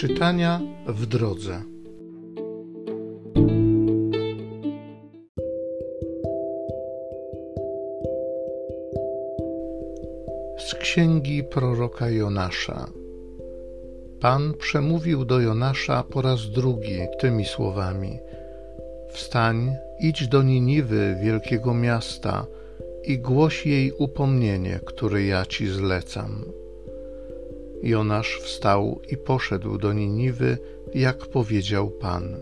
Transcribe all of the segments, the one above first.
Czytania w drodze. Z księgi proroka Jonasza. Pan przemówił do Jonasza po raz drugi tymi słowami: Wstań, idź do Niniwy, wielkiego miasta, i głoś jej upomnienie, które ja ci zlecam. Jonasz wstał i poszedł do Niniwy, jak powiedział Pan.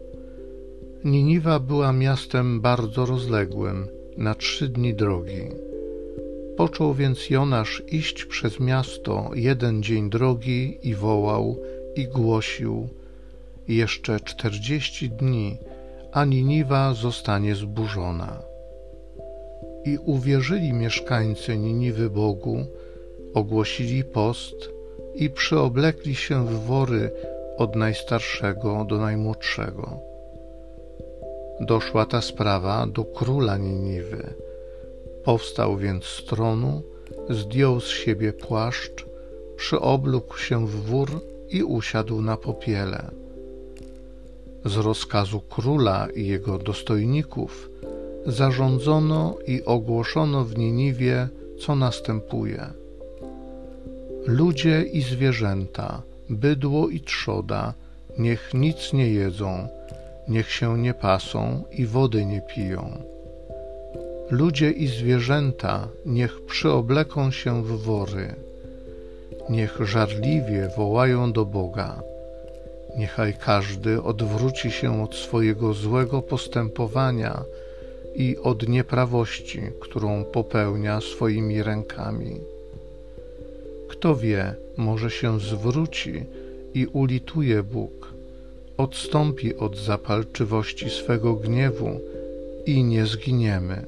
Niniwa była miastem bardzo rozległym, na 3 dni drogi. Począł więc Jonasz iść przez miasto 1 dzień drogi i wołał i głosił: jeszcze 40 dni, a Niniwa zostanie zburzona. I uwierzyli mieszkańcy Niniwy Bogu, ogłosili post i przyoblekli się w wory od najstarszego do najmłodszego. Doszła ta sprawa do króla Niniwy. Powstał więc z tronu, zdjął z siebie płaszcz, przyoblókł się w wór i usiadł na popiele. Z rozkazu króla i jego dostojników zarządzono i ogłoszono w Niniwie, co następuje. Ludzie i zwierzęta, bydło i trzoda, niech nic nie jedzą, niech się nie pasą i wody nie piją. Ludzie i zwierzęta niech przyobleką się w wory. Niech żarliwie wołają do Boga. Niechaj każdy odwróci się od swojego złego postępowania i od nieprawości, którą popełnia swoimi rękami. Kto wie, może się zwróci i ulituje Bóg, odstąpi od zapalczywości swego gniewu i nie zginiemy.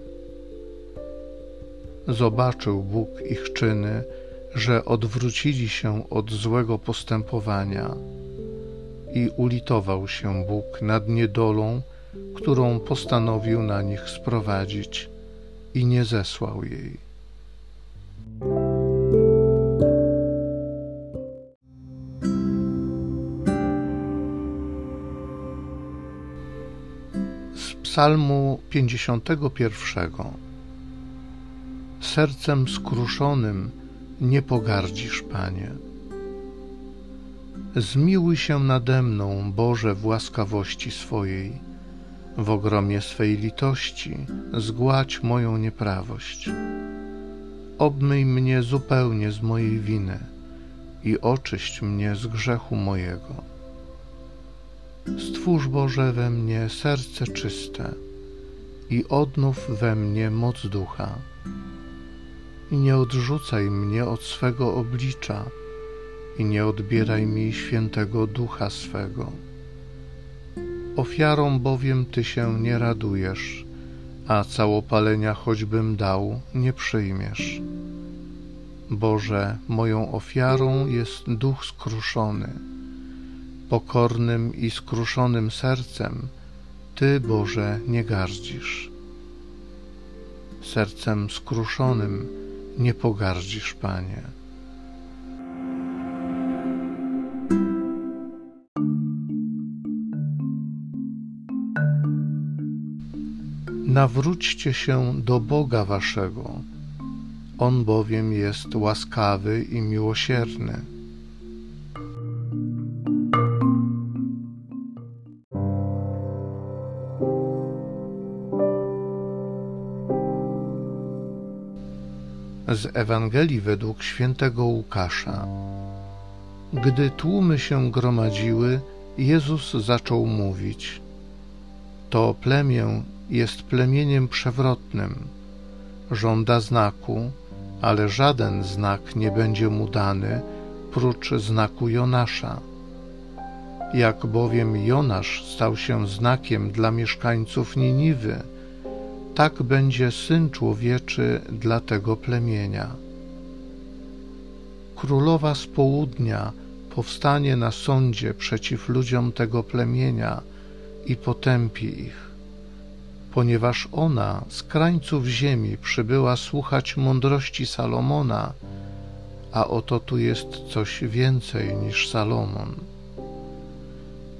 Zobaczył Bóg ich czyny, że odwrócili się od złego postępowania, i ulitował się Bóg nad niedolą, którą postanowił na nich sprowadzić, i nie zesłał jej. Z Psalmu 51. Sercem skruszonym nie pogardzisz, Panie. Zmiłuj się nade mną, Boże, w łaskawości swojej. W ogromie swej litości zgładź moją nieprawość. Obmyj mnie zupełnie z mojej winy i oczyść mnie z grzechu mojego. Stwórz, Boże, we mnie serce czyste i odnów we mnie moc ducha. I nie odrzucaj mnie od swego oblicza i nie odbieraj mi świętego ducha swego. Ofiarą bowiem Ty się nie radujesz, a całopalenia choćbym dał, nie przyjmiesz. Boże, moją ofiarą jest duch skruszony. Pokornym i skruszonym sercem Ty, Boże, nie gardzisz. Sercem skruszonym nie pogardzisz, Panie. Nawróćcie się do Boga waszego, On bowiem jest łaskawy i miłosierny. Z Ewangelii według świętego Łukasza. Gdy tłumy się gromadziły, Jezus zaczął mówić: to plemię jest plemieniem przewrotnym. Żąda znaku, ale żaden znak nie będzie mu dany, prócz znaku Jonasza. Jak bowiem Jonasz stał się znakiem dla mieszkańców Niniwy, tak będzie Syn Człowieczy dla tego plemienia. Królowa z południa powstanie na sądzie przeciw ludziom tego plemienia i potępi ich, ponieważ ona z krańców ziemi przybyła słuchać mądrości Salomona, a oto tu jest coś więcej niż Salomon.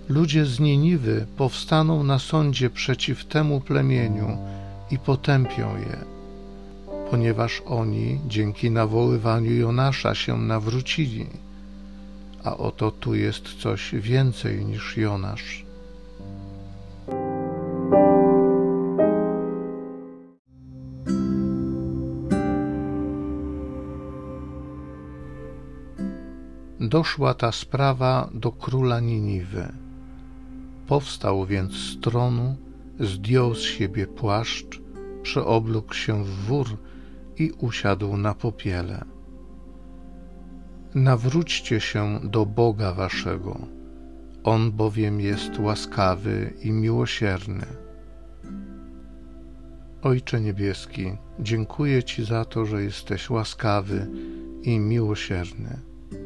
Ludzie z Niniwy powstaną na sądzie przeciw temu plemieniu i potępią je, ponieważ oni dzięki nawoływaniu Jonasza się nawrócili, a oto tu jest coś więcej niż Jonasz. Doszła ta sprawa do króla Niniwy. Powstał więc z tronu, zdjął z siebie płaszcz, przeoblókł się w wór i usiadł na popiele. Nawróćcie się do Boga waszego, On bowiem jest łaskawy i miłosierny. Ojcze Niebieski, dziękuję Ci za to, że jesteś łaskawy i miłosierny.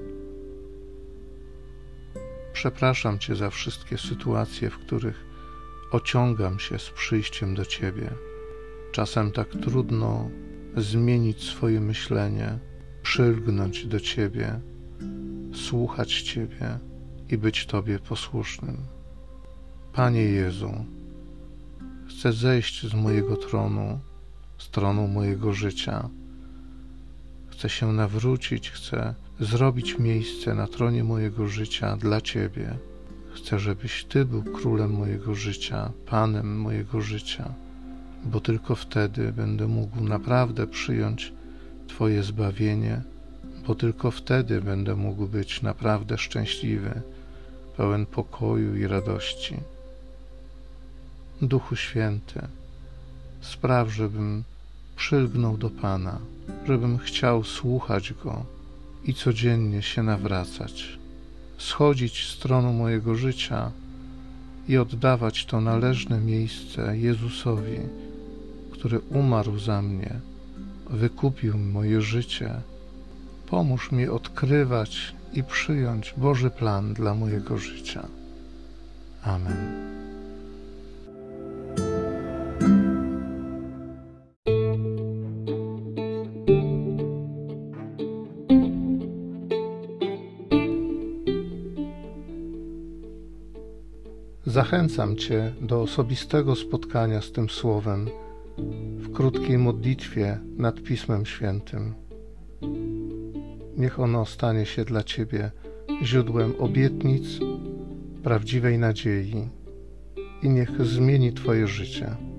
Przepraszam Cię za wszystkie sytuacje, w których ociągam się z przyjściem do Ciebie. Czasem tak trudno zmienić swoje myślenie, przylgnąć do Ciebie, słuchać Ciebie i być Tobie posłusznym. Panie Jezu, chcę zejść z mojego tronu, z tronu mojego życia. Chcę się nawrócić, chcę zrobić miejsce na tronie mojego życia dla Ciebie. Chcę, żebyś Ty był królem mojego życia, Panem mojego życia, bo tylko wtedy będę mógł naprawdę przyjąć Twoje zbawienie, bo tylko wtedy będę mógł być naprawdę szczęśliwy, pełen pokoju i radości. Duchu Święty, spraw, żebym przylgnął do Pana, żebym chciał słuchać Go i codziennie się nawracać, schodzić z tronu mojego życia i oddawać to należne miejsce Jezusowi, który umarł za mnie, wykupił moje życie. Pomóż mi odkrywać i przyjąć Boży plan dla mojego życia. Amen. Zachęcam Cię do osobistego spotkania z tym Słowem w krótkiej modlitwie nad Pismem Świętym. Niech ono stanie się dla Ciebie źródłem obietnic, prawdziwej nadziei i niech zmieni Twoje życie.